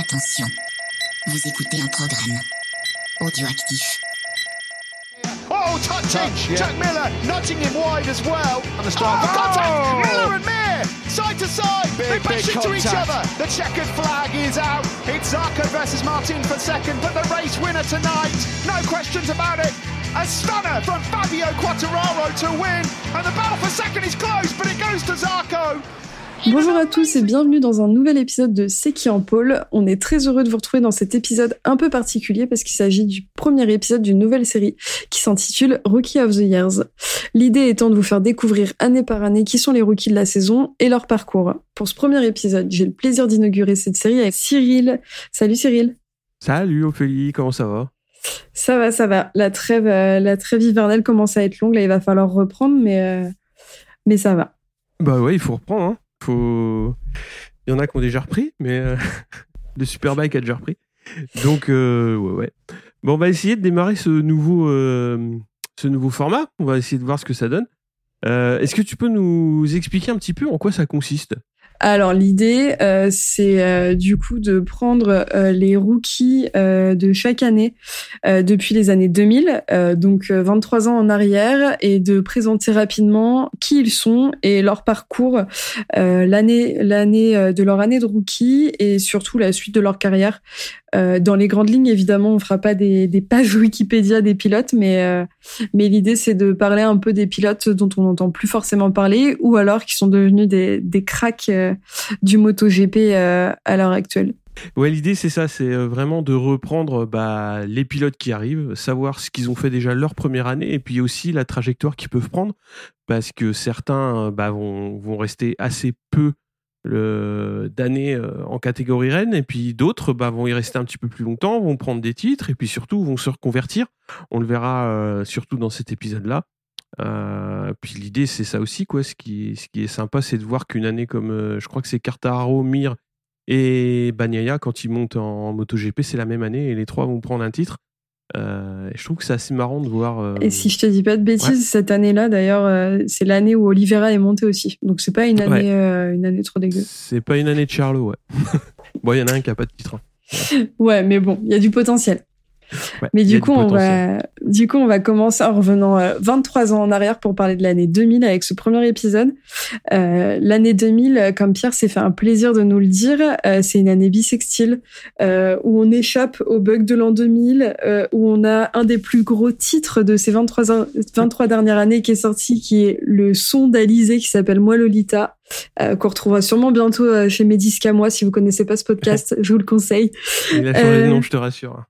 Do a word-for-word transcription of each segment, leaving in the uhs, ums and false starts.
Attention, vous écoutez un programme audioactif. Oh, touching! Touch, yeah. Jack Miller nudging him wide as well. On the start. Oh, contact! Oh! Miller and Mir, side to side. Big, they bash big into each contact. other. The checkered flag is out. It's Zarco versus Martin for second, but the race winner tonight, no questions about it. A stunner from Fabio Quartararo to win, and the battle for second is close, but it goes to Zarco. Bonjour à tous et bienvenue dans un nouvel épisode de C'est qui en pôle. On est très heureux de vous retrouver dans cet épisode un peu particulier parce qu'il s'agit du premier épisode d'une nouvelle série qui s'intitule Rookie of the Years. L'idée étant de vous faire découvrir année par année qui sont les rookies de la saison et leur parcours. Pour ce premier épisode, j'ai le plaisir d'inaugurer cette série avec Cyril. Salut Cyril. Salut Ophélie, comment ça va ? Ça va, ça va. La trêve, euh, la trêve hivernale commence à être longue, là il va falloir reprendre, mais, euh, mais ça va. Bah ouais, il faut reprendre, hein. Faut... Il y en a qui ont déjà repris, mais euh, le Superbike a déjà repris. Donc, euh, ouais, ouais. Bon, on va essayer de démarrer ce nouveau, euh, ce nouveau format. On va essayer de voir ce que ça donne. Euh, est-ce que tu peux nous expliquer un petit peu en quoi ça consiste ? Alors l'idée, euh, c'est euh, du coup de prendre euh, les rookies euh, de chaque année euh, depuis les années deux mille, euh, donc euh, vingt-trois ans en arrière, et de présenter rapidement qui ils sont et leur parcours, euh, l'année, l'année de leur année de rookie et surtout la suite de leur carrière. Euh, dans les grandes lignes, évidemment, on fera pas des, des pages Wikipédia des pilotes, mais euh, mais l'idée c'est de parler un peu des pilotes dont on n'entend plus forcément parler, ou alors qui sont devenus des des cracks euh, du MotoGP euh, à l'heure actuelle. Ouais, l'idée c'est ça, c'est vraiment de reprendre bah, les pilotes qui arrivent, savoir ce qu'ils ont fait déjà leur première année, et puis aussi la trajectoire qu'ils peuvent prendre, parce que certains bah, vont vont rester assez peu Le, d'années euh, en catégorie reine, et puis d'autres bah, vont y rester un petit peu plus longtemps, vont prendre des titres et puis surtout vont se reconvertir. On le verra euh, surtout dans cet épisode-là. Euh, puis l'idée c'est ça aussi, quoi. Ce qui, ce qui est sympa, c'est de voir qu'une année comme euh, je crois que c'est Quartararo, Mir et Bagnaia, quand ils montent en, en MotoGP, c'est la même année et les trois vont prendre un titre. Euh, je trouve que c'est assez marrant de voir. Euh... Et si je te dis pas de bêtises, ouais. Cette année-là, d'ailleurs, euh, c'est l'année où Oliveira est monté aussi. Donc c'est pas une année, ouais. euh, une année trop dégueu. C'est pas une année de Charlot, ouais. Bon, il y en a un qui a pas de titre. Hein. Ouais, mais bon, il y a du potentiel. Ouais, mais du coup, du on va, du coup, on va commencer en revenant euh, vingt-trois ans en arrière pour parler de l'année deux mille avec ce premier épisode. Euh, l'année deux mille, comme Pierre s'est fait un plaisir de nous le dire, euh, c'est une année bissextile euh, où on échappe au bug de l'an deux mille, euh, où on a un des plus gros titres de ces vingt-trois, vingt-trois dernières années qui est sorti, qui est le son d'Alizé qui s'appelle Moi Lolita. Euh, qu'on retrouvera sûrement bientôt euh, chez Medisca Moi. Si vous connaissez pas ce podcast, je vous le conseille. Il a changé euh... de nom, je te rassure.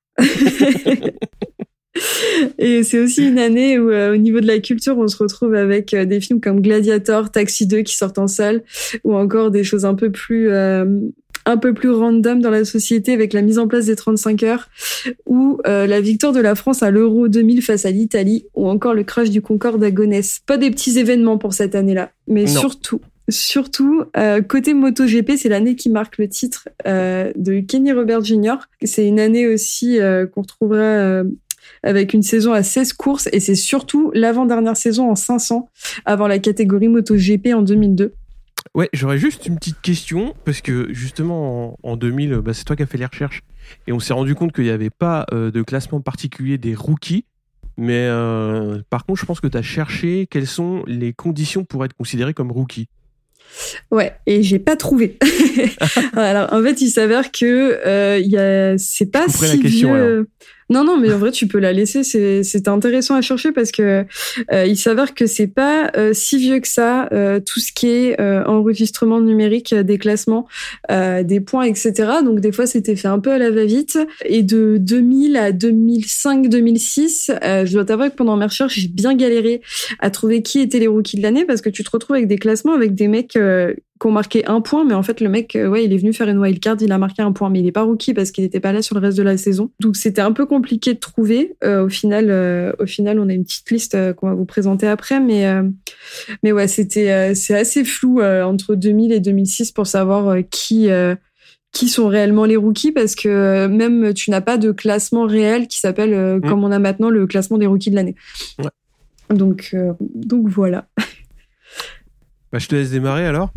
Et c'est aussi une année où, euh, au niveau de la culture, on se retrouve avec euh, des films comme Gladiator, Taxi deux qui sortent en salle, ou encore des choses un peu plus euh, un peu plus random dans la société avec la mise en place des trente-cinq heures, ou euh, la victoire de la France à l'Euro deux mille face à l'Italie, ou encore le crash du Concorde à Gonesse. Pas des petits événements pour cette année-là, mais non. surtout Surtout, euh, côté MotoGP, c'est l'année qui marque le titre euh, de Kenny Robert junior C'est une année aussi euh, qu'on retrouvera euh, avec une saison à seize courses, et c'est surtout l'avant-dernière saison en cinq cents avant la catégorie MotoGP en deux mille deux. Ouais, j'aurais juste une petite question, parce que justement en, en deux mille, bah, c'est toi qui as fait les recherches, et on s'est rendu compte qu'il n'y avait pas euh, de classement particulier des rookies, mais euh, par contre, je pense que tu as cherché quelles sont les conditions pour être considéré comme rookie. Ouais, et j'ai pas trouvé. Alors, en fait, il s'avère que euh, y a, c'est pas si la question, vieux. alors. Non, non, mais en vrai, tu peux la laisser. C'est, c'est intéressant à chercher parce que euh, il s'avère que c'est pas euh, si vieux que ça. Euh, tout ce qui est euh, enregistrement numérique des classements, euh, des points, et cetera. Donc des fois, c'était fait un peu à la va-vite. Et de deux mille à deux mille cinq, deux mille six, euh, je dois t'avouer que pendant mes recherches, j'ai bien galéré à trouver qui étaient les rookies de l'année parce que tu te retrouves avec des classements avec des mecs euh, qui ont marqué un point, mais en fait le mec, euh, ouais, il est venu faire une wildcard, il a marqué un point, mais il est pas rookie parce qu'il était pas là sur le reste de la saison. Donc c'était un peu compliqué de trouver. Euh, au final, euh, au final, on a une petite liste euh, qu'on va vous présenter après, mais euh, mais ouais, c'était euh, c'est assez flou euh, entre deux mille et deux mille six pour savoir euh, qui euh, qui sont réellement les rookies, parce que euh, même tu n'as pas de classement réel qui s'appelle euh, mmh. comme on a maintenant le classement des rookies de l'année. Ouais. Donc euh, donc voilà. Bah je te laisse démarrer alors.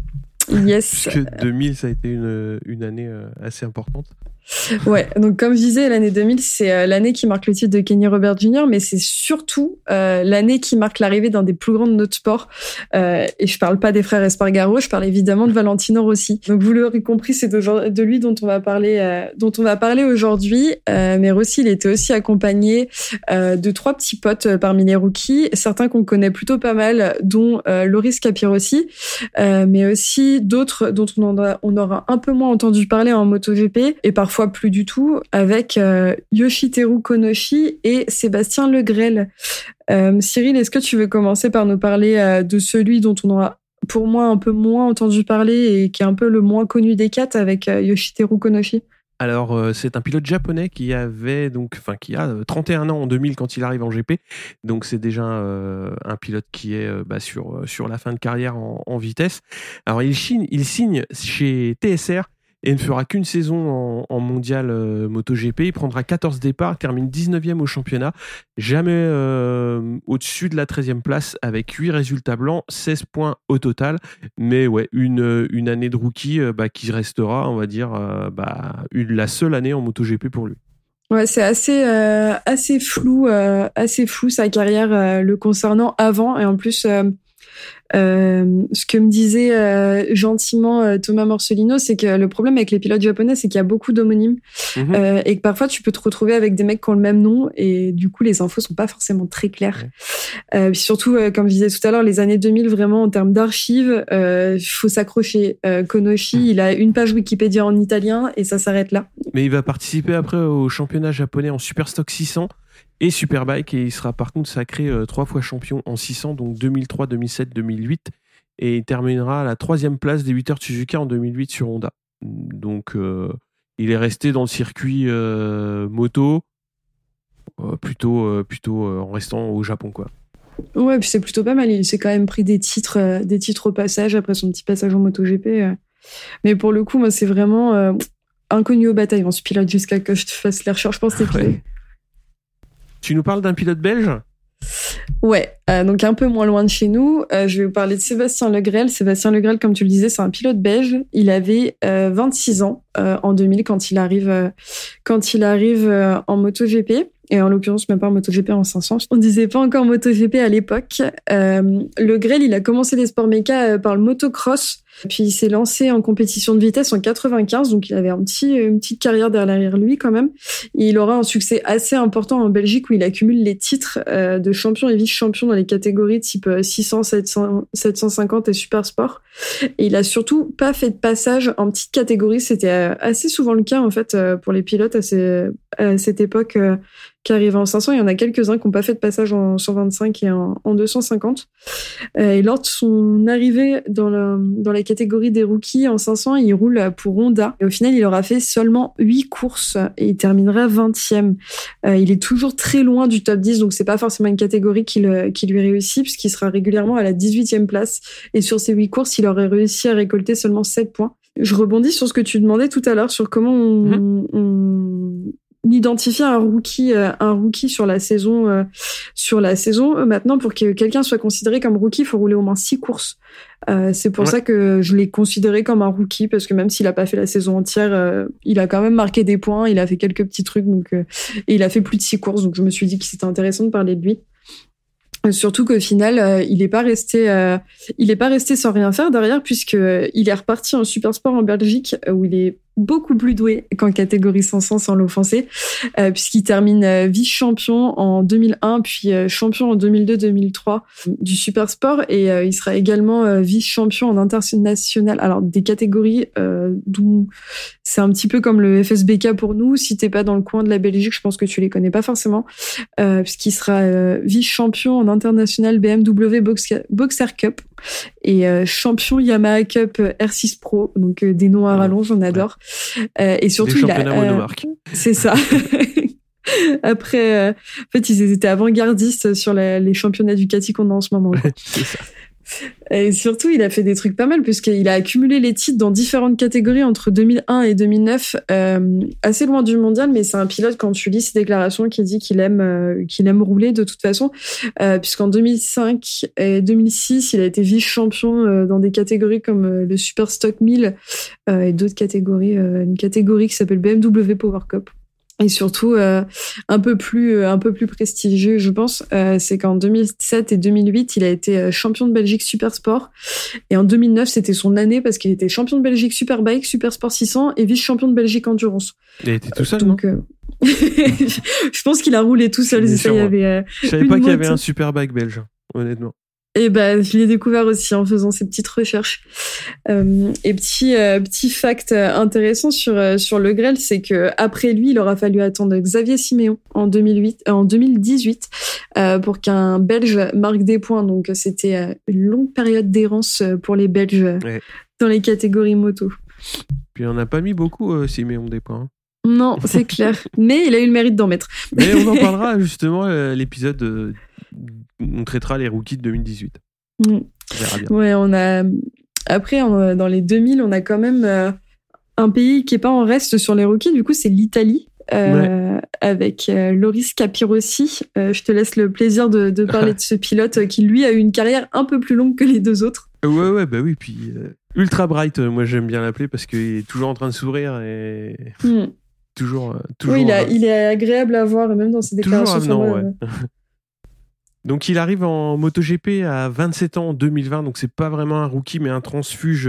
Yes. Parce que deux mille, ça a été une, une année assez importante. Ouais, donc comme je disais, l'année deux mille, c'est l'année qui marque le titre de Kenny Robert junior, mais c'est surtout euh, l'année qui marque l'arrivée d'un des plus grands de notre sport. Euh, et je parle pas des frères Espargaro, je parle évidemment de Valentino Rossi. Donc vous l'aurez compris, c'est de, de lui dont on va parler, euh, dont on va parler aujourd'hui. Euh, mais Rossi, il était aussi accompagné euh, de trois petits potes euh, parmi les rookies, certains qu'on connaît plutôt pas mal, dont euh, Loris Capirossi, euh, mais aussi d'autres dont on, en a, on aura un peu moins entendu parler en MotoGP et parfois fois plus du tout, avec euh, Yoshiteru Konoshi et Sébastien Legrel. Euh, Cyril, est-ce que tu veux commencer par nous parler euh, de celui dont on aura, pour moi, un peu moins entendu parler et qui est un peu le moins connu des quatre, avec euh, Yoshiteru Konoshi? Alors, euh, c'est un pilote japonais qui avait donc, enfin, qui a trente et un ans en deux mille quand il arrive en G P. Donc, c'est déjà euh, un pilote qui est euh, bah, sur sur la fin de carrière en, en vitesse. Alors, il signe, il signe chez T S R. Et ne fera qu'une saison en, en mondial euh, MotoGP. Il prendra quatorze départs, termine dix-neuvième au championnat. Jamais euh, au-dessus de la treizième place avec huit résultats blancs, seize points au total. Mais ouais, une, une année de rookie euh, bah, qui restera, on va dire, euh, bah, une, la seule année en MotoGP pour lui. Ouais, c'est assez euh, assez flou, euh, assez flou sa carrière euh, le concernant avant. Et en plus... Euh... Euh, ce que me disait euh, gentiment euh, Thomas Morcelino, c'est que le problème avec les pilotes japonais, c'est qu'il y a beaucoup d'homonymes mmh. euh, et que parfois tu peux te retrouver avec des mecs qui ont le même nom et du coup les infos sont pas forcément très claires. Ouais. Euh, surtout, euh, comme je disais tout à l'heure, les années deux mille, vraiment en termes d'archives, il euh, faut s'accrocher. Euh, Konoshi, mmh. il a une page Wikipédia en italien et ça s'arrête là. Mais il va participer après au championnat japonais en Superstock six cents et Superbike, et il sera par contre sacré euh, trois fois champion en six cents, donc deux mille trois, deux mille sept, deux mille huit, et il terminera à la troisième place des huit heures Suzuka en deux mille huit sur Honda. Donc euh, il est resté dans le circuit euh, moto euh, plutôt, euh, plutôt euh, en restant au Japon, quoi. Ouais, puis c'est plutôt pas mal, il s'est quand même pris des titres, euh, des titres au passage après son petit passage en MotoGP. Euh. Mais pour le coup, moi c'est vraiment euh, inconnu aux batailles, on se pilote jusqu'à que je te fasse les recherches, je pense que c'est ouais. Tu nous parles d'un pilote belge ? Ouais, euh, donc un peu moins loin de chez nous. Euh, je vais vous parler de Sébastien Legrel. Sébastien Legrel, comme tu le disais, c'est un pilote belge. Il avait euh, vingt-six ans euh, en deux mille quand il arrive, euh, quand il arrive euh, en MotoGP. Et en l'occurrence, même pas en MotoGP, en cinq cents. On disait pas encore MotoGP à l'époque. Euh, Legrel, il a commencé les sports méca euh, par le motocross. Puis il s'est lancé en compétition de vitesse en quatre-vingt-quinze, donc il avait un petit, une petite carrière derrière lui quand même. Et il aura un succès assez important en Belgique où il accumule les titres euh, de champion et vice-champion dans les catégories type six cents, sept cents, sept cent cinquante et super sport. Et il a surtout pas fait de passage en petite catégorie. C'était assez souvent le cas en fait pour les pilotes à, ces, à cette époque euh, qui arrivaient en cinq cents. Il y en a quelques-uns qui n'ont pas fait de passage en cent vingt-cinq et en, en deux cent cinquante. Euh, et lors de son arrivée dans la, dans la catégorie des rookies en cinq cents, il roule pour Honda. Et au final, il aura fait seulement huit courses et il terminera vingtième. Euh, il est toujours très loin du top dix, donc c'est pas forcément une catégorie qui, le, qui lui réussit, puisqu'il sera régulièrement à la dix-huitième place. Et sur ces huit courses, il aurait réussi à récolter seulement sept points. Je rebondis sur ce que tu demandais tout à l'heure, sur comment on... Mmh. on identifier un rookie, euh, un rookie sur la saison, euh, sur la saison. Euh, maintenant, pour que quelqu'un soit considéré comme rookie, il faut rouler au moins six courses. Euh, c'est pour ouais. ça que je l'ai considéré comme un rookie, parce que même s'il a pas fait la saison entière, euh, il a quand même marqué des points, il a fait quelques petits trucs, donc euh, et il a fait plus de six courses, donc je me suis dit que c'était intéressant de parler de lui. Surtout qu'au final, euh, il est pas resté, euh, il est pas resté sans rien faire derrière, puisque euh, il est reparti en Supersport en Belgique, euh, où il est beaucoup plus doué qu'en catégorie cinq cents, sans l'offenser, euh, puisqu'il termine euh, vice-champion en deux mille un, puis euh, champion en deux mille deux deux mille trois du Supersport, et euh, il sera également euh, vice-champion en international. Alors des catégories euh, d'où c'est un petit peu comme le F S B K pour nous. Si t'es pas dans le coin de la Belgique, je pense que tu les connais pas forcément, euh, puisqu'il sera euh, vice-champion en international B M W Boxer, Boxer Cup et euh, champion Yamaha Cup R six Pro, donc euh, des noms à rallonge, on adore. Ouais. Euh, et surtout, il a, euh, c'est ça. Après, euh, en fait, ils étaient avant-gardistes sur la, les championnats Ducati qu'on a en ce moment. C'est ça. Et surtout, il a fait des trucs pas mal puisqu'il a accumulé les titres dans différentes catégories entre deux mille un et deux mille neuf, euh, assez loin du mondial, mais c'est un pilote, quand tu lis ses déclarations, qui dit qu'il aime, euh, qu'il aime rouler de toute façon, euh, puisqu'en deux mille cinq et deux mille six, il a été vice-champion euh, dans des catégories comme euh, le Super Stock mille euh, et d'autres catégories, euh, une catégorie qui s'appelle B M W Power Cup. Et surtout, euh, un peu plus, un peu plus prestigieux, je pense, euh, c'est qu'en deux mille sept et deux mille huit, il a été champion de Belgique Super Sport. Et en deux mille neuf, c'était son année parce qu'il était champion de Belgique Superbike, Super Sport six cents et vice-champion de Belgique Endurance. Il était tout seul, Donc, non euh... je pense qu'il a roulé tout seul. C'est ça, il y avait, euh, je savais pas qu'il y avait un Superbike belge, honnêtement. Et ben, je l'ai découvert aussi en faisant ces petites recherches. Euh, et petit euh, petit fact intéressant sur euh, sur Le Grêle, c'est que après lui, il aura fallu attendre Xavier Siméon en deux mille huit, euh, en deux mille dix-huit, euh, pour qu'un Belge marque des points. Donc c'était euh, une longue période d'errance pour les Belges ouais. dans les catégories moto. Puis on n'a pas mis beaucoup euh, Siméon des points. Hein. Non, c'est clair. Mais il a eu le mérite d'en mettre. Mais on en parlera justement euh, l'épisode. Euh, on traitera les rookies de deux mille dix-huit. Mm. On verra bien. Ouais, on a. Après, on, dans les deux mille, on a quand même euh, un pays qui est pas en reste sur les rookies. Du coup, c'est l'Italie. Euh, ouais. Avec euh, Loris Capirossi. Euh, je te laisse le plaisir de, de parler de ce pilote euh, qui, lui, a eu une carrière un peu plus longue que les deux autres. Ouais, ouais, bah oui. Puis euh, Ultra Bright, euh, moi j'aime bien l'appeler parce qu'il est toujours en train de sourire et. Mm. Toujours, toujours. Oui, il, a, euh, il est agréable à voir, même dans ses déclarations. Toujours avenant, ouais. ouais. Donc il arrive en MotoGP à vingt-sept ans en deux mille vingt, donc c'est pas vraiment un rookie mais un transfuge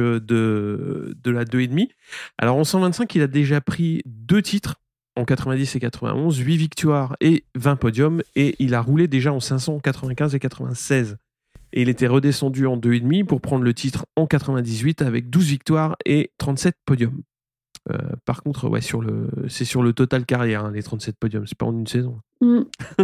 de, de la deux virgule cinq. Alors en cent vingt-cinq, il a déjà pris deux titres en quatre-vingt-dix et quatre-vingt-onze, huit victoires et vingt podiums, et il a roulé déjà en cinq cents, quatre-vingt-quinze et quatre-vingt-seize. Et il était redescendu en deux virgule cinq pour prendre le titre en quatre-vingt-dix-huit avec douze victoires et trente-sept podiums. Euh, par contre, ouais, sur le, c'est sur le total carrière, hein, les trente-sept podiums, c'est pas en une saison. Mm.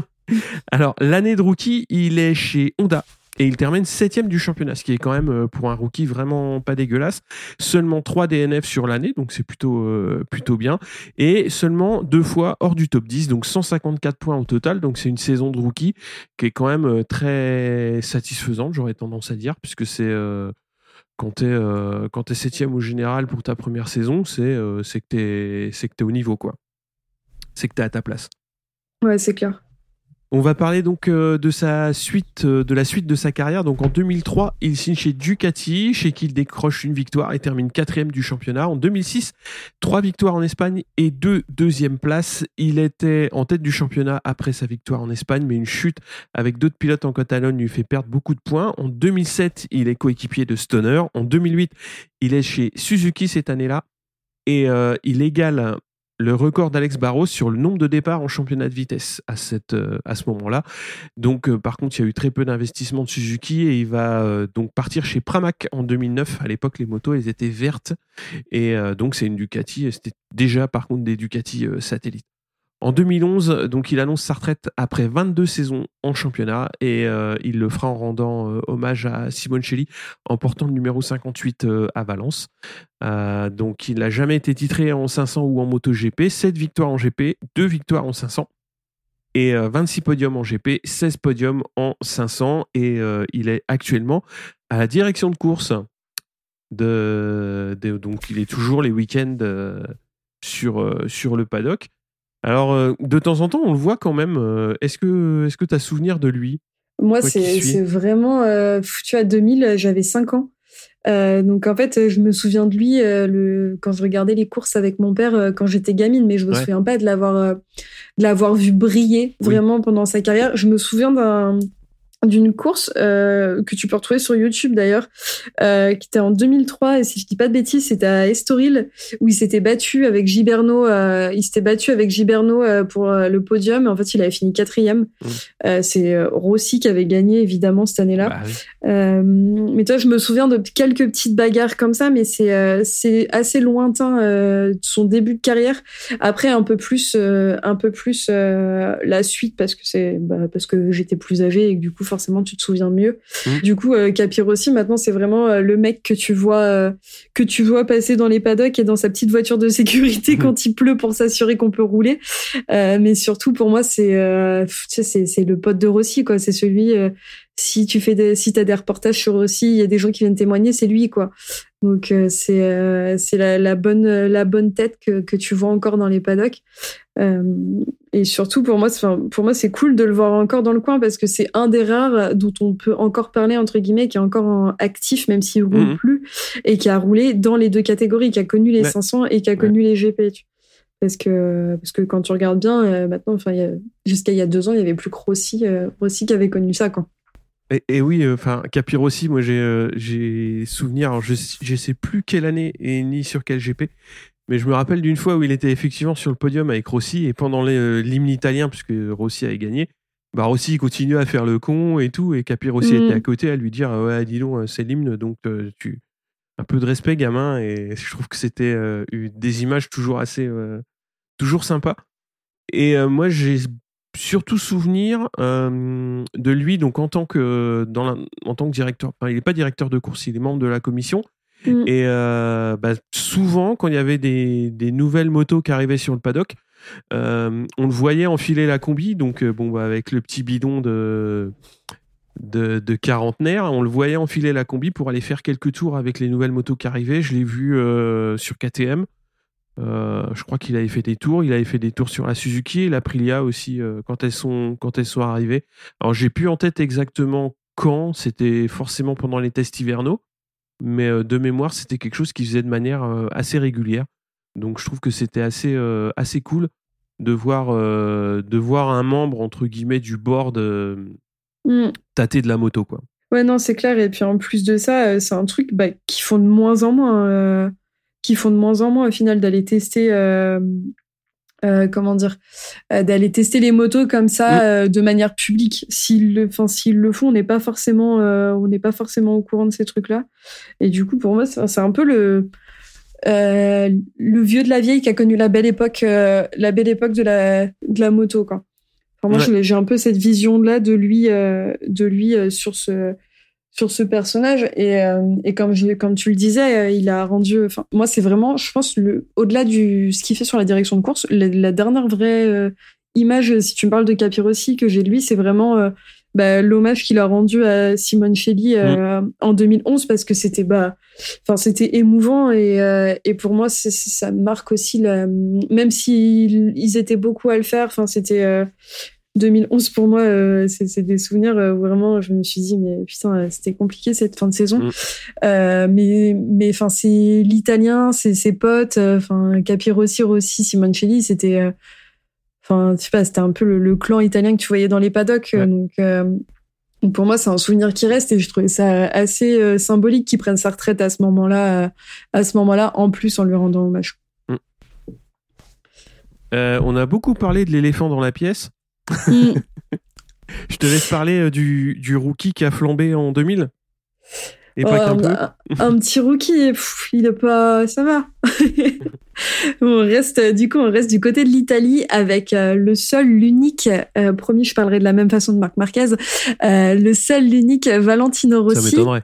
Alors, l'année de rookie, il est chez Honda et il termine septième du championnat, ce qui est quand même, pour un rookie, vraiment pas dégueulasse. Seulement trois D N F sur l'année, donc c'est plutôt, euh, plutôt bien. Et seulement deux fois hors du top dix, donc cent cinquante-quatre points au total. Donc c'est une saison de rookie qui est quand même très satisfaisante, j'aurais tendance à dire, puisque c'est... Euh, Quand t'es, euh, quand t'es septième au général pour ta première saison, c'est, euh, c'est, que t'es, c'est que t'es au niveau, quoi. C'est que t'es à ta place. Ouais, c'est clair. On va parler donc euh, de sa suite, euh, de la suite de sa carrière. Donc en deux mille trois, il signe chez Ducati, chez qui il décroche une victoire et termine quatrième du championnat. En deux mille six, trois victoires en Espagne et deux deuxièmes places. Il était en tête du championnat après sa victoire en Espagne, mais une chute avec d'autres pilotes en Catalogne lui fait perdre beaucoup de points. En deux mille sept, il est coéquipier de Stoner. En deux mille huit, il est chez Suzuki cette année-là et euh, il égale le record d'Alex Barros sur le nombre de départs en championnat de vitesse à, cette, euh, à ce moment-là. Donc, euh, par contre, il y a eu très peu d'investissement de Suzuki et il va euh, donc partir chez Pramac en deux mille neuf. À l'époque, les motos, elles étaient vertes et euh, donc c'est une Ducati. C'était déjà, par contre, des Ducati euh, satellites. En deux mille onze, donc, il annonce sa retraite après vingt-deux saisons en championnat et euh, il le fera en rendant euh, hommage à Simoncelli en portant le numéro cinquante-huit euh, à Valence. Euh, donc, il n'a jamais été titré en cinq cents ou en MotoGP. sept victoires en G P, deux victoires en cinq cents et euh, vingt-six podiums en G P, seize podiums en cinq cents. Et euh, il est actuellement à la direction de course. De, de, donc, il est toujours les week-ends euh, sur, euh, sur le paddock. Alors, euh, de temps en temps, on le voit quand même. Euh, est-ce que est-ce que tu as souvenir de lui ? Moi, c'est, c'est vraiment... Euh, tu vois, deux mille, j'avais cinq ans. Euh, donc, en fait, je me souviens de lui euh, le, quand je regardais les courses avec mon père euh, quand j'étais gamine, mais je me ouais. souviens pas de l'avoir, euh, de l'avoir vu briller vraiment oui. pendant sa carrière. Je me souviens d'un... d'une course euh, que tu peux retrouver sur YouTube d'ailleurs, euh, qui était en deux mille trois, et si je dis pas de bêtises, c'était à Estoril, où il s'était battu avec Giberno, euh, il s'était battu avec Giberno euh, pour euh, le podium, et en fait il avait fini quatrième. Mmh. Euh, c'est euh, Rossi qui avait gagné évidemment cette année-là. Bah, oui. euh, mais toi, je me souviens de quelques petites bagarres comme ça, mais c'est euh, c'est assez lointain euh, de son début de carrière. Après un peu plus, euh, un peu plus euh, la suite parce que c'est bah, parce que j'étais plus âgée et que du coup forcément tu te souviens mieux. Mmh. Du coup, euh, Capirossi maintenant c'est vraiment euh, le mec que tu vois euh, que tu vois passer dans les paddocks et dans sa petite voiture de sécurité mmh. quand il pleut pour s'assurer qu'on peut rouler. Euh, mais surtout pour moi c'est euh, tu sais c'est c'est le pote de Rossi quoi. C'est celui euh, si tu fais des, si t'as des reportages sur Rossi, il y a des gens qui viennent témoigner, c'est lui, quoi. Donc euh, c'est euh, c'est la, la bonne la bonne tête que que tu vois encore dans les paddocks. Euh, et surtout pour moi, c'est, pour moi c'est cool de le voir encore dans le coin parce que c'est un des rares dont on peut encore parler entre guillemets, qui est encore en actif même s'il roule mmh. plus et qui a roulé dans les deux catégories, qui a connu les ouais. cinq cents et qui a connu ouais. les G P. Tu. Parce que parce que quand tu regardes bien, euh, maintenant, enfin, il y a, jusqu'à il y a deux ans, il y avait plus que Rossi, euh, Rossi qui avait connu ça, quoi. Et, et oui, enfin, euh, Capirossi, moi j'ai euh, j'ai souvenir, alors je je sais plus quelle année et ni sur quel G P, mais je me rappelle d'une fois où il était effectivement sur le podium avec Rossi et pendant les, euh, l'hymne italien, puisque Rossi avait gagné, bah Rossi continuait à faire le con et tout, et Capirossi mmh. était à côté à lui dire ouais dis donc c'est l'hymne donc euh, tu un peu de respect gamin, et je trouve que c'était euh, des images toujours assez euh, toujours sympa. Et euh, moi j'ai surtout souvenir euh, de lui donc en tant que dans la, en tant que directeur, enfin il n'est pas directeur de course, il est membre de la commission mmh. et euh, bah, souvent quand il y avait des, des nouvelles motos qui arrivaient sur le paddock, euh, on le voyait enfiler la combi, donc euh, bon bah, avec le petit bidon de de, de quarantenaire, on le voyait enfiler la combi pour aller faire quelques tours avec les nouvelles motos qui arrivaient. Je l'ai vu euh, sur K T M. Euh, je crois qu'il avait fait des tours, il avait fait des tours sur la Suzuki et l'Aprilia aussi euh, quand elles sont quand elles sont arrivées. Alors j'ai plus en tête exactement quand, c'était forcément pendant les tests hivernaux, mais euh, de mémoire c'était quelque chose qu'il faisait de manière euh, assez régulière. Donc je trouve que c'était assez euh, assez cool de voir euh, de voir un membre entre guillemets du board euh, mm. tâter de la moto, quoi. Ouais, non, c'est clair. Et puis en plus de ça, c'est un truc bah, qu'ils font de moins en moins. Euh... qui font de moins en moins au final d'aller tester euh, euh, comment dire euh, d'aller tester les motos comme ça mmh. euh, de manière publique. S'ils le enfin s'ils le font, on n'est pas forcément euh, on n'est pas forcément au courant de ces trucs là, et du coup pour moi c'est, c'est un peu le euh, le vieux de la vieille qui a connu la belle époque euh, la belle époque de la de la moto, quoi. Enfin, moi ouais. j'ai un peu cette vision là de lui euh, de lui euh, sur ce sur ce personnage, et euh, et comme je, comme tu le disais, euh, il a rendu, enfin moi c'est vraiment, je pense, le au-delà du ce qu'il fait sur la direction de course, la, la dernière vraie euh, image, si tu me parles de Capirossi, que j'ai de lui, c'est vraiment euh, bah, l'hommage qu'il a rendu à Simoncelli euh, mmh. en deux mille onze, parce que c'était bah enfin c'était émouvant, et euh, et pour moi c'est, c'est, ça marque aussi la, même s'ils ils étaient beaucoup à le faire, enfin c'était euh, deux mille onze pour moi, euh, c'est, c'est des souvenirs euh, où vraiment je me suis dit mais putain c'était compliqué cette fin de saison. Mmh. Euh, mais mais enfin c'est l'italien, c'est ses potes, enfin euh, Capirossi, Rossi, Simoncelli, c'était enfin euh, je sais pas, c'était un peu le, le clan italien que tu voyais dans les paddocks. Ouais. Donc euh, pour moi c'est un souvenir qui reste, et je trouvais ça assez euh, symbolique qu'il prenne sa retraite à ce moment-là, euh, à ce moment-là en plus en lui rendant hommage. Mmh. Euh, on a beaucoup parlé de l'éléphant dans la pièce. Mm. Je te laisse parler du, du rookie qui a flambé en deux mille. Et pas oh, qu'un peu. Un, un petit rookie, pff, il est pas, ça va. on reste, du coup, on reste du côté de l'Italie avec euh, le seul, l'unique, euh, promis, je parlerai de la même façon de Marc Marquez, euh, le seul, l'unique Valentino Rossi. Ça m'étonnerait.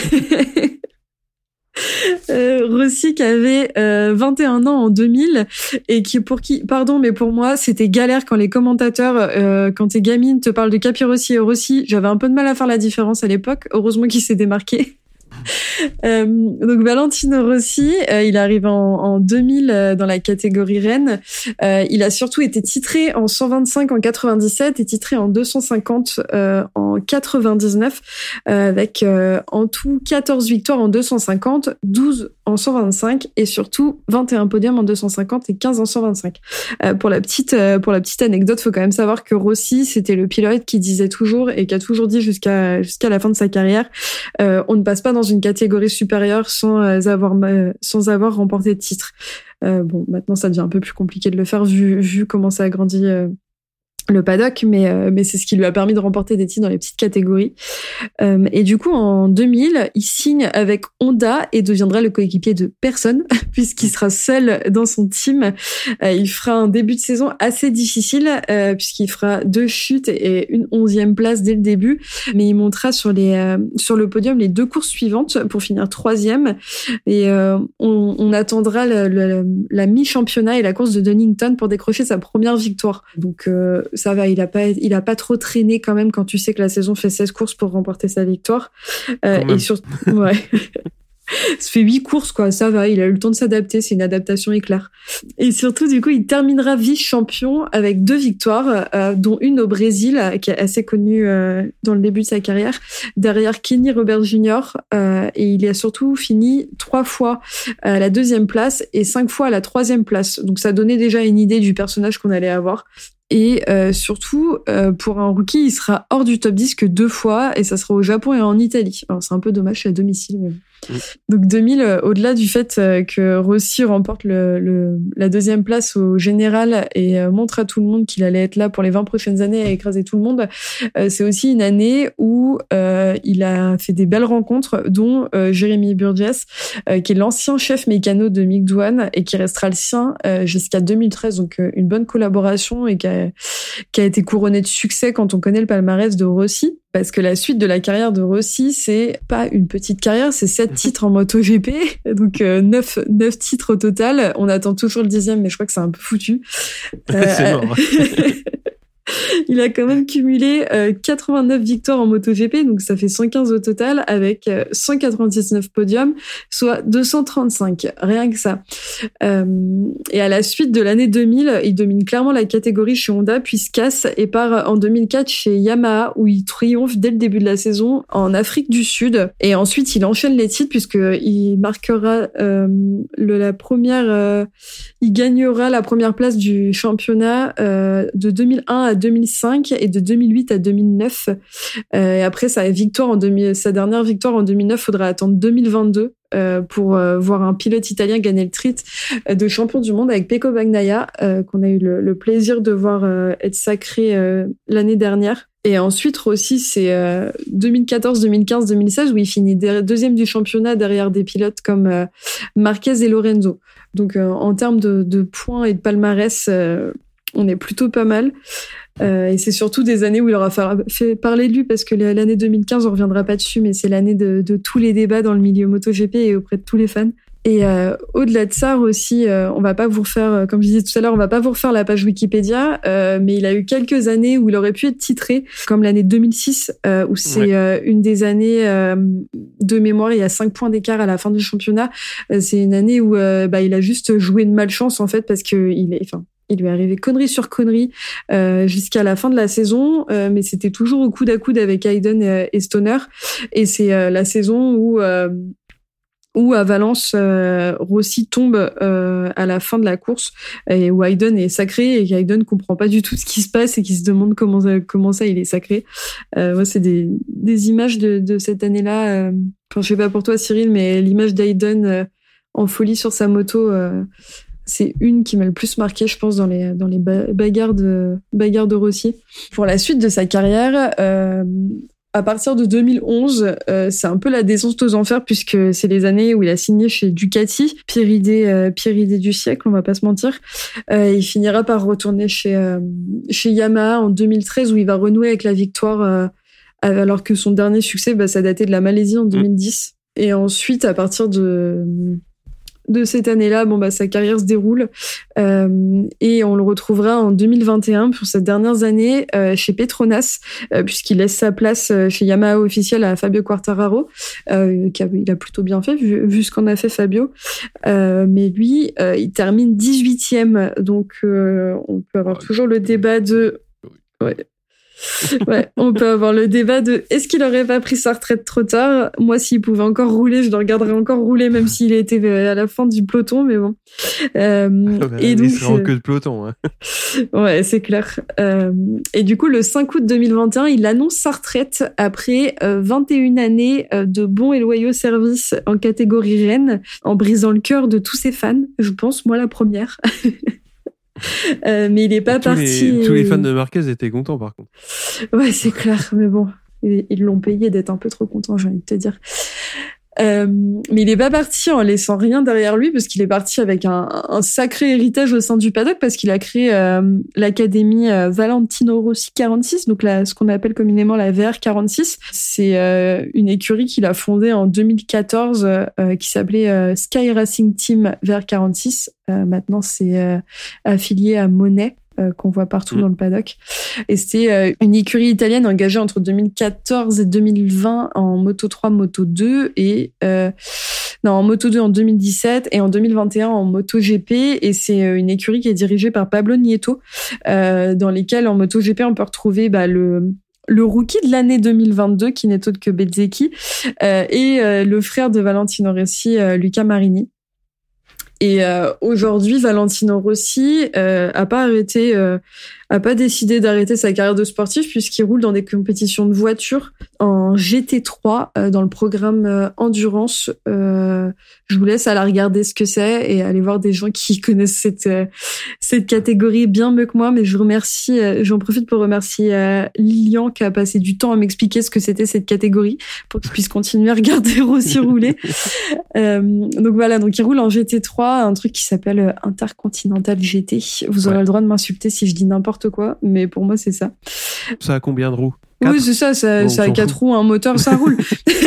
Euh, Rossi qui avait euh, vingt et un ans en deux mille, et qui pour qui pardon mais pour moi c'était galère quand les commentateurs euh, quand t'es gamine te parlent de Capirossi et Rossi. J'avais un peu de mal à faire la différence à l'époque, heureusement qu'il s'est démarqué. Euh, donc Valentino Rossi, euh, il arrive en, en deux mille euh, dans la catégorie Rennes. Euh, il a surtout été titré en cent vingt-cinq en quatre-vingt-dix-sept et titré en deux cent cinquante euh, en quatre-vingt-dix-neuf, euh, avec euh, en tout quatorze victoires en deux cent cinquante, douze en cent vingt-cinq et surtout vingt et un podiums en deux cent cinquante et quinze en cent vingt-cinq. Euh, pour la petite euh, pour la petite anecdote, faut quand même savoir que Rossi, c'était le pilote qui disait toujours et qui a toujours dit jusqu'à jusqu'à la fin de sa carrière, euh, on ne passe pas dans une catégorie supérieure sans avoir sans avoir remporté de titre. Euh, bon, maintenant ça devient un peu plus compliqué de le faire vu vu comment ça a grandi euh, le paddock, mais euh, mais c'est ce qui lui a permis de remporter des titres dans les petites catégories. Euh, et du coup, en deux mille, il signe avec Honda et deviendra le coéquipier de personne puisqu'il sera seul dans son team. Euh, il fera un début de saison assez difficile euh, puisqu'il fera deux chutes et une onzième place dès le début, mais il montera sur les euh, sur le podium les deux courses suivantes pour finir troisième. Et euh, on, on attendra la, la, la mi-championnat et la course de Donington pour décrocher sa première victoire. Donc euh, ça va, il a pas, il a pas trop traîné quand même quand tu sais que la saison fait seize courses pour remporter sa victoire. Euh, et surtout, ouais. Ça fait huit courses, quoi. Ça va, il a eu le temps de s'adapter. C'est une adaptation éclair. Et surtout, du coup, il terminera vice-champion avec deux victoires, euh, dont une au Brésil, qui est assez connue euh, dans le début de sa carrière, derrière Kenny Robert junior Euh, et il a surtout fini trois fois à la deuxième place et cinq fois à la troisième place. Donc, ça donnait déjà une idée du personnage qu'on allait avoir. Et euh, surtout, euh, pour un rookie, il sera hors du top dix que deux fois, et ça sera au Japon et en Italie. Alors, c'est un peu dommage, c'est à domicile, mais... Mmh. Donc deux mille, euh, au-delà du fait euh, que Rossi remporte le, le, la deuxième place au général et euh, montre à tout le monde qu'il allait être là pour les vingt prochaines années à écraser tout le monde, euh, c'est aussi une année où euh, il a fait des belles rencontres, dont euh, Jérémy Burgess, euh, qui est l'ancien chef mécano de Mick Doohan et qui restera le sien euh, jusqu'à deux mille treize. Donc euh, une bonne collaboration et qui a, qui a été couronnée de succès quand on connaît le palmarès de Rossi. Parce que la suite de la carrière de Rossi, c'est pas une petite carrière, c'est sept titres en MotoGP, donc euh, neuf, neuf titres au total. On attend toujours le dixième, mais je crois que c'est un peu foutu. Euh, c'est mort. Il a quand même cumulé euh, quatre-vingt-neuf victoires en MotoGP, donc ça fait cent quinze au total, avec euh, cent quatre-vingt-dix-neuf podiums, soit deux cent trente-cinq, rien que ça. Euh, et à la suite de l'année deux mille, il domine clairement la catégorie chez Honda, puis se casse et part en deux mille quatre chez Yamaha, où il triomphe dès le début de la saison en Afrique du Sud. Et ensuite, il enchaîne les titres, puisqu'il marquera euh, le, la première... Euh, il gagnera la première place du championnat euh, de deux mille un à deux mille cinq et de deux mille huit à deux mille neuf. Euh, et après sa victoire en deux mille, sa dernière victoire en deux mille neuf, faudra attendre deux mille vingt-deux euh, pour euh, voir un pilote italien gagner le titre de champion du monde avec Pecco Bagnaia, euh, qu'on a eu le, le plaisir de voir euh, être sacré euh, l'année dernière. Et ensuite, Rossi, c'est euh, deux mille quatorze, deux mille quinze, deux mille seize où il finit deuxième du championnat derrière des pilotes comme euh, Marquez et Lorenzo. Donc, euh, en termes de, de points et de palmarès, euh, on est plutôt pas mal. Euh, et c'est surtout des années où il aura fait parler de lui, parce que l'année deux mille quinze, on reviendra pas dessus, mais c'est l'année de, de tous les débats dans le milieu MotoGP et auprès de tous les fans. Et euh, au-delà de ça aussi, euh, on va pas vous refaire, comme je disais tout à l'heure, on va pas vous refaire la page Wikipédia, euh, mais il a eu quelques années où il aurait pu être titré, comme l'année deux mille six, euh, où c'est ouais. euh, une des années euh, de mémoire, il y a cinq points d'écart à la fin du championnat. Euh, c'est une année où euh, bah, il a juste joué de malchance en fait, parce que il est, enfin. Il lui est arrivé connerie sur connerie euh, jusqu'à la fin de la saison, euh, mais c'était toujours au coude à coude avec Hayden et, et Stoner. Et c'est euh, la saison où euh, où à Valence, euh, Rossi tombe euh, à la fin de la course et où Hayden est sacré et qu'Hayden comprend pas du tout ce qui se passe et qui se demande comment ça, comment ça il est sacré. Euh, ouais, c'est des des images de, de cette année-là. Euh, enfin, je sais pas pour toi Cyril, mais l'image d'Hayden euh, en folie sur sa moto. Euh, C'est une qui m'a le plus marqué, je pense, dans les dans les bagarres de bagarres de Rossi. Pour la suite de sa carrière, euh, à partir de deux mille onze, euh, c'est un peu la descente aux enfers, puisque c'est les années où il a signé chez Ducati, pire idée euh, pire idée du siècle, on va pas se mentir. Euh, il finira par retourner chez euh, chez Yamaha en deux mille treize, où il va renouer avec la victoire, euh, alors que son dernier succès, bah, ça datait de la Malaisie en deux mille dix. Et ensuite, à partir de de cette année-là, bon bah sa carrière se déroule euh, et on le retrouvera en deux mille vingt et un pour cette dernière année euh, chez Petronas, euh, puisqu'il laisse sa place chez Yamaha officiel à Fabio Quartararo, euh, qui a, il a plutôt bien fait vu, vu ce qu'on a fait Fabio, euh, mais lui euh, il termine dix-huitième, donc euh, on peut avoir oh, toujours le débat de ouais. Ouais, on peut avoir le débat de est-ce qu'il aurait pas pris sa retraite trop tard. Moi, s'il pouvait encore rouler, je le regarderais encore rouler, même s'il était à la fin du peloton, mais bon. Euh, ah bah, et donc, il serait en queue de peloton. Hein. Ouais, c'est clair. Euh, et du coup, le cinq août deux mille vingt et un, il annonce sa retraite après euh, vingt et une années de bons et loyaux services en catégorie reine, en brisant le cœur de tous ses fans, je pense, moi la première. Euh, mais il est pas tous parti. Les, tous les fans de Marquez étaient contents, par contre. Ouais, c'est clair, mais bon, ils, ils l'ont payé d'être un peu trop contents, j'ai envie de te dire. Euh, mais il est pas parti en laissant rien derrière lui, parce qu'il est parti avec un, un sacré héritage au sein du paddock, parce qu'il a créé euh, l'académie euh, Valentino Rossi quarante-six, donc la, ce qu'on appelle communément la V R quarante-six. C'est euh, une écurie qu'il a fondée en deux mille quatorze, euh, qui s'appelait euh, Sky Racing Team V R quarante-six. Euh, maintenant, c'est euh, affilié à Monet. euh, qu'on voit partout mmh. dans le paddock. Et c'était euh, une écurie italienne engagée entre deux mille quatorze et deux mille vingt en Moto trois, Moto deux et euh, non en Moto deux en deux mille dix-sept et en deux mille vingt et un en MotoGP. Et c'est une écurie qui est dirigée par Pablo Nieto, euh, dans lesquelles en MotoGP on peut retrouver bah, le le rookie de l'année deux mille vingt-deux, qui n'est autre que Bezzecchi, euh, et euh, le frère de Valentino Rossi, euh, Luca Marini. Et euh, aujourd'hui, Valentino Rossi euh, a pas arrêté, euh, a pas décidé d'arrêter sa carrière de sportif puisqu'il roule dans des compétitions de voitures en G T trois euh, dans le programme euh, Endurance. Euh, je vous laisse aller regarder ce que c'est et aller voir des gens qui connaissent cette euh, cette catégorie bien mieux que moi. Mais je remercie, euh, j'en profite pour remercier euh, Lilian qui a passé du temps à m'expliquer ce que c'était cette catégorie pour que je puisse continuer à regarder Rossi rouler. euh, donc voilà, donc il roule en G T trois, un truc qui s'appelle Intercontinental G T. Vous aurez ouais. le droit de m'insulter si je dis n'importe quoi, mais pour moi c'est ça. Ça a combien de roues? quatre Oui, c'est ça, ça, bon, ça a quatre roues, un moteur, ça roule.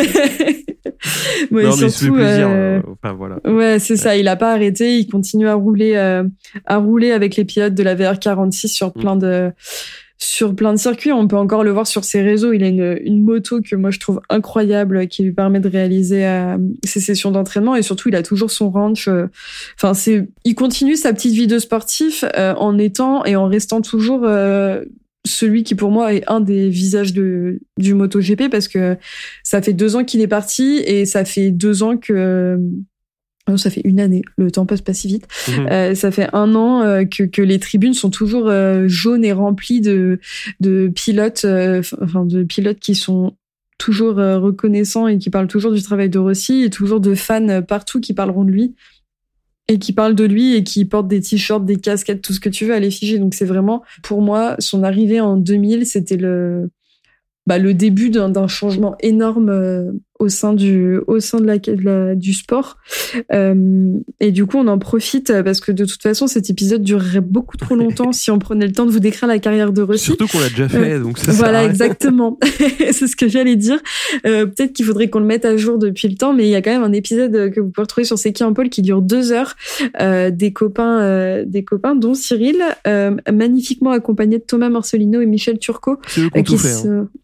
ouais, non, mais ça fait plaisir. Euh... Enfin, voilà. Ouais, c'est ouais. ça, il a pas arrêté, il continue à rouler, euh, à rouler avec les pilotes de la V R quarante-six sur plein mmh. de, sur plein de circuits. On peut encore le voir sur ses réseaux. Il a une, une moto que moi je trouve incroyable, qui lui permet de réaliser euh, ses sessions d'entraînement, et surtout il a toujours son ranch. Enfin, euh, c'est, il continue sa petite vie de sportif euh, en étant et en restant toujours euh, celui qui pour moi est un des visages de du MotoGP, parce que ça fait deux ans qu'il est parti et ça fait deux ans que Non, ça fait une année. Le temps passe pas si vite. Mmh. Euh, ça fait un an euh, que que les tribunes sont toujours euh, jaunes et remplies de de pilotes, euh, enfin de pilotes qui sont toujours euh, reconnaissants et qui parlent toujours du travail de Rossi, et toujours de fans partout qui parleront de lui et qui parlent de lui et qui portent des t-shirts, des casquettes, tout ce que tu veux à l'effigie. Donc c'est vraiment, pour moi, son arrivée en deux mille, c'était le bah, le début d'un, d'un changement énorme euh, au sein du au sein de la, de la du sport. Euh, et du coup, on en profite parce que de toute façon, cet épisode durerait beaucoup trop longtemps si on prenait le temps de vous décrire la carrière de Rossi. Surtout qu'on l'a déjà fait, euh, donc ça voilà, sert exactement. C'est ce que j'allais dire. Euh, peut-être qu'il faudrait qu'on le mette à jour depuis le temps, mais il y a quand même un épisode que vous pouvez retrouver sur C'est qui en Paul qui dure deux heures, euh, des copains, euh, des copains, dont Cyril, euh, magnifiquement accompagné de Thomas Morcelino et Michel Turcot. C'est eux qui ont tout fait. Se... Hein.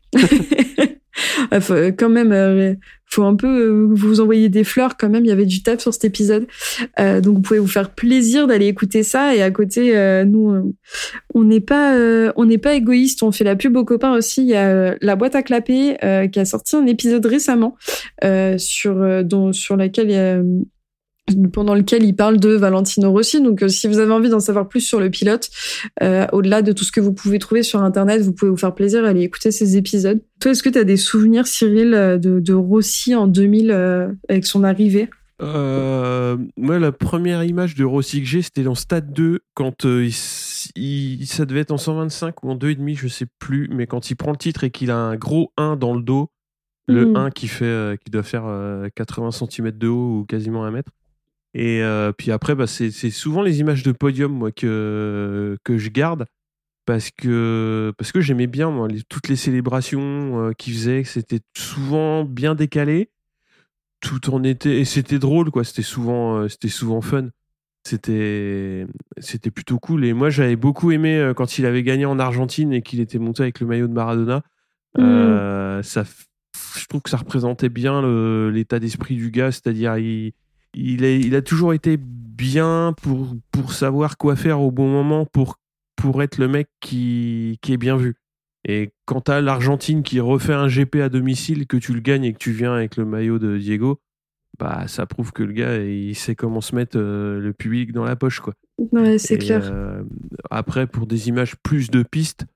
faut, quand même, euh, faut un peu euh, vous envoyer des fleurs quand même. Il y avait du taf sur cet épisode, euh, donc vous pouvez vous faire plaisir d'aller écouter ça. Et à côté, euh, nous, euh, on n'est pas, euh, on n'est pas égoïste. On fait la pub aux copains aussi. Il y a euh, la boîte à clapper euh, qui a sorti un épisode récemment euh, sur, euh, dont, sur laquelle il y a pendant lequel il parle de Valentino Rossi. Donc, euh, si vous avez envie d'en savoir plus sur le pilote, euh, au-delà de tout ce que vous pouvez trouver sur Internet, vous pouvez vous faire plaisir à aller écouter ces épisodes. Toi, est-ce que tu as des souvenirs, Cyril, de, de Rossi en deux mille, euh, avec son arrivée? Euh, moi, la première image de Rossi que j'ai, c'était dans Stade deux, quand euh, il, il, ça devait être en cent vingt-cinq ou en deux virgule cinq, je sais plus, mais quand il prend le titre et qu'il a un gros un dans le dos, le mmh. un qui, fait, euh, qui doit faire euh, quatre-vingts centimètres de haut ou quasiment un mètre. Et euh, puis après, bah, c'est, c'est souvent les images de podium, moi, que, que je garde, parce que, parce que j'aimais bien, moi, les, toutes les célébrations euh, qu'il faisait, que c'était souvent bien décalé, tout en était, et c'était drôle, quoi, c'était souvent, euh, c'était souvent fun, c'était, c'était plutôt cool. Et moi, j'avais beaucoup aimé euh, quand il avait gagné en Argentine et qu'il était monté avec le maillot de Maradona. Mmh. Euh, ça, je trouve que ça représentait bien le, l'état d'esprit du gars, c'est-à-dire, il Il a, il a toujours été bien pour, pour savoir quoi faire au bon moment, pour, pour être le mec qui, qui est bien vu. Et quand t'as l'Argentine qui refait un G P à domicile, que tu le gagnes et que tu viens avec le maillot de Diego, bah ça prouve que le gars, il sait comment se mettre euh, le public dans la poche, quoi. Ouais, c'est et, clair. Euh, après, pour des images plus de pistes,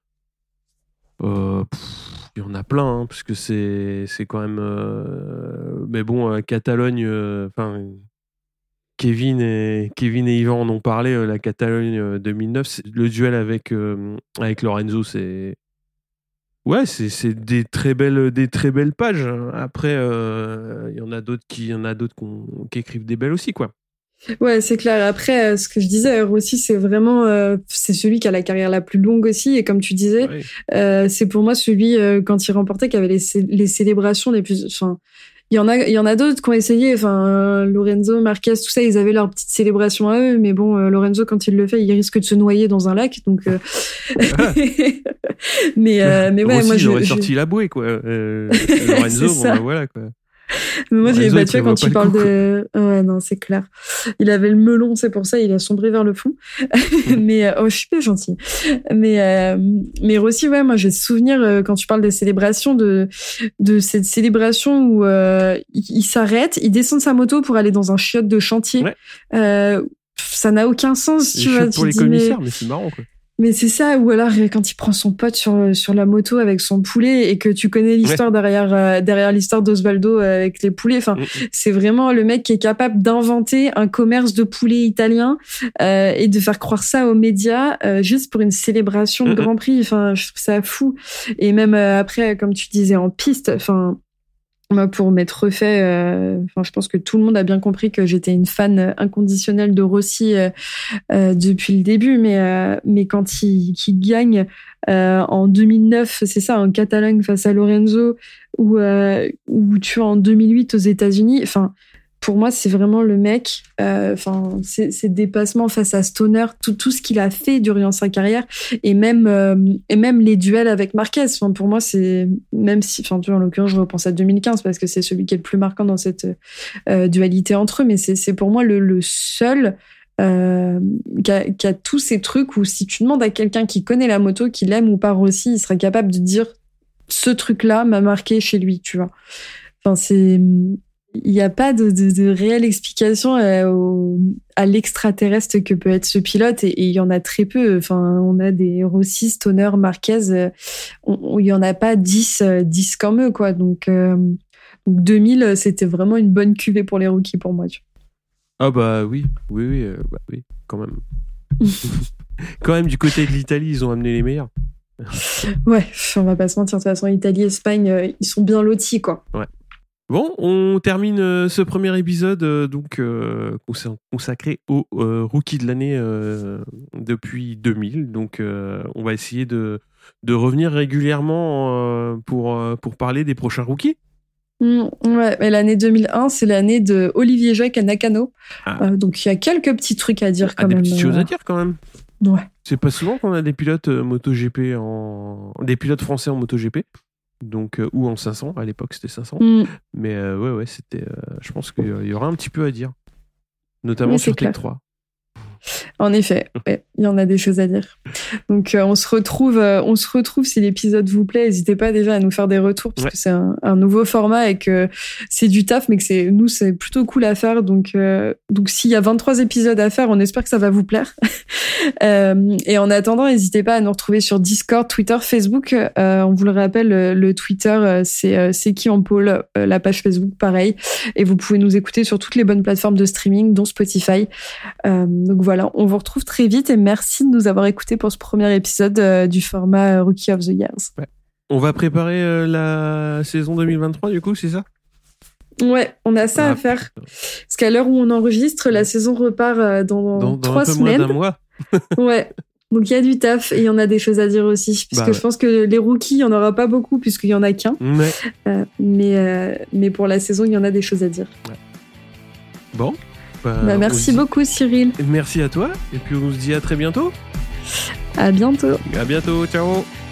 euh, pff, il y en a plein, hein, parce que c'est, c'est quand même... Euh, mais bon, euh, Catalogne... Enfin... Euh, Kevin et, Kevin et Yvan en ont parlé, euh, la Catalogne euh, deux mille neuf, c'est, le duel avec, euh, avec Lorenzo, c'est... Ouais, c'est, c'est des, très belles, des très belles pages. Après, il euh, y en a d'autres, qui, y en a d'autres qui écrivent des belles aussi, quoi. Ouais, c'est clair. Après, ce que je disais, Rossi, c'est vraiment, euh, c'est celui qui a la carrière la plus longue aussi. Et comme tu disais, ouais. euh, c'est pour moi celui, euh, quand il remportait, qui avait les, les célébrations les plus... Enfin, il y en a, il y en a d'autres qui ont essayé. Enfin, euh, Lorenzo, Marquez, tout ça, ils avaient leur petite célébration à eux. Mais bon, euh, Lorenzo, quand il le fait, il risque de se noyer dans un lac. Donc, euh... mais, euh, mais ouais, Rossi, moi, il je, aurait je... sorti la bouée, quoi. Euh, Lorenzo, bon, bah, voilà, quoi. Mais moi, j'ai Lorenzo, bah, tu vois, quand tu parles coup, de, ouais, non, c'est clair. Il avait le melon, c'est pour ça, il a sombré vers le fond. mais, oh, je suis pas gentille. Mais, euh, mais Rossi, ouais, moi, j'ai souvenir, euh, quand tu parles des célébrations, de, de cette célébration où, euh, il, il s'arrête, il descend de sa moto pour aller dans un chiotte de chantier. Ouais. Euh, ça n'a aucun sens, tu vois. Pour tu les dis, commissaires, mais... mais c'est marrant, quoi. Mais c'est ça, ou alors quand il prend son pote sur sur la moto avec son poulet et que tu connais l'histoire ouais. derrière euh, derrière l'histoire d'Osvaldo avec les poulets. Enfin, mmh. c'est vraiment le mec qui est capable d'inventer un commerce de poulets italien euh, et de faire croire ça aux médias euh, juste pour une célébration mmh. de Grand Prix. Enfin, je trouve ça fou. Et même euh, après, comme tu disais, en piste, enfin. Moi, pour m'être refait, euh, enfin, je pense que tout le monde a bien compris que j'étais une fan inconditionnelle de Rossi euh, euh, depuis le début, mais euh, mais quand il, qu'il gagne euh, en deux mille neuf, c'est ça, en Catalogne face à Lorenzo, ou euh, ou tu vois en deux mille huit aux États-Unis, enfin. Pour moi, c'est vraiment le mec, enfin, euh, ses, ses dépassements face à Stoner, tout, tout ce qu'il a fait durant sa carrière, et même, euh, et même les duels avec Marquez. Enfin, pour moi, c'est, même si, enfin, tu vois, en l'occurrence, je repense à deux mille quinze parce que c'est celui qui est le plus marquant dans cette euh, dualité entre eux, mais c'est, c'est pour moi le, le seul euh, qui a, qui a tous ces trucs où si tu demandes à quelqu'un qui connaît la moto, qui l'aime ou pas aussi, il sera capable de dire ce truc-là m'a marqué chez lui, tu vois. Enfin, c'est. Il n'y a pas de, de, de réelle explication à, au, à l'extraterrestre que peut être ce pilote et, et il y en a très peu. Enfin, on a des Rossi, Stoner, Marquez, on, on, il n'y en a pas dix, dix comme eux, quoi. Donc, euh, donc deux mille, c'était vraiment une bonne cuvée pour les rookies pour moi. Tu vois. Ah bah oui, oui, oui, euh, bah oui, quand même. Quand même, du côté de l'Italie, ils ont amené les meilleurs. Ouais, on va pas se mentir. De toute façon, Italie, Espagne, ils sont bien lotis, quoi. Ouais. Bon, on termine euh, ce premier épisode euh, donc euh, consacré au euh, rookie de l'année euh, depuis deux mille. Donc, euh, on va essayer de de revenir régulièrement euh, pour euh, pour parler des prochains rookies. Mmh, ouais, mais l'année deux mille un, c'est l'année de Olivier Jacques à Nakano. Ah. Euh, donc, il y a quelques petits trucs à dire quand ah, même. Des petites choses à dire quand même. Ouais. C'est pas souvent qu'on a des pilotes euh, MotoGP en des pilotes français en MotoGP. Donc euh, ou en cinq cents, à l'époque c'était cinq cents, mm. mais euh, ouais ouais c'était euh, je pense qu'il y aura un petit peu à dire, notamment oui, sur Tech trois. En effet, ouais, il y en a des choses à dire. Donc euh, on se retrouve, euh, on se retrouve si l'épisode vous plaît. N'hésitez pas déjà à nous faire des retours parce ouais. que c'est un, un nouveau format et que c'est du taf, mais que c'est nous c'est plutôt cool à faire. Donc euh, donc s'il y a vingt-trois épisodes à faire, on espère que ça va vous plaire. euh, et en attendant, n'hésitez pas à nous retrouver sur Discord, Twitter, Facebook. Euh, on vous le rappelle, le, le Twitter euh, c'est euh, c'est qui en pôle, euh, la page Facebook pareil. Et vous pouvez nous écouter sur toutes les bonnes plateformes de streaming, dont Spotify. Euh, donc voilà, on vous retrouve très vite et merci de nous avoir écoutés pour ce premier épisode euh, du format Rookie of the Years. Ouais. On va préparer euh, la saison deux mille vingt-trois du coup, c'est ça ? Ouais, on a ça ah, à faire. Putain. Parce qu'à l'heure où on enregistre, la saison repart euh, dans, dans, dans trois un peu semaines. Moins d'un mois. Ouais. Donc il y a du taf et il y en a des choses à dire aussi. Puisque bah ouais. je pense que les rookies, il n'y en aura pas beaucoup puisqu'il n'y en a qu'un. Ouais. Euh, mais, euh, mais pour la saison, il y en a des choses à dire. Ouais. Bon. Bah, bah, merci beaucoup Cyril. Merci à toi et puis on se dit à très bientôt. À bientôt. À bientôt, ciao.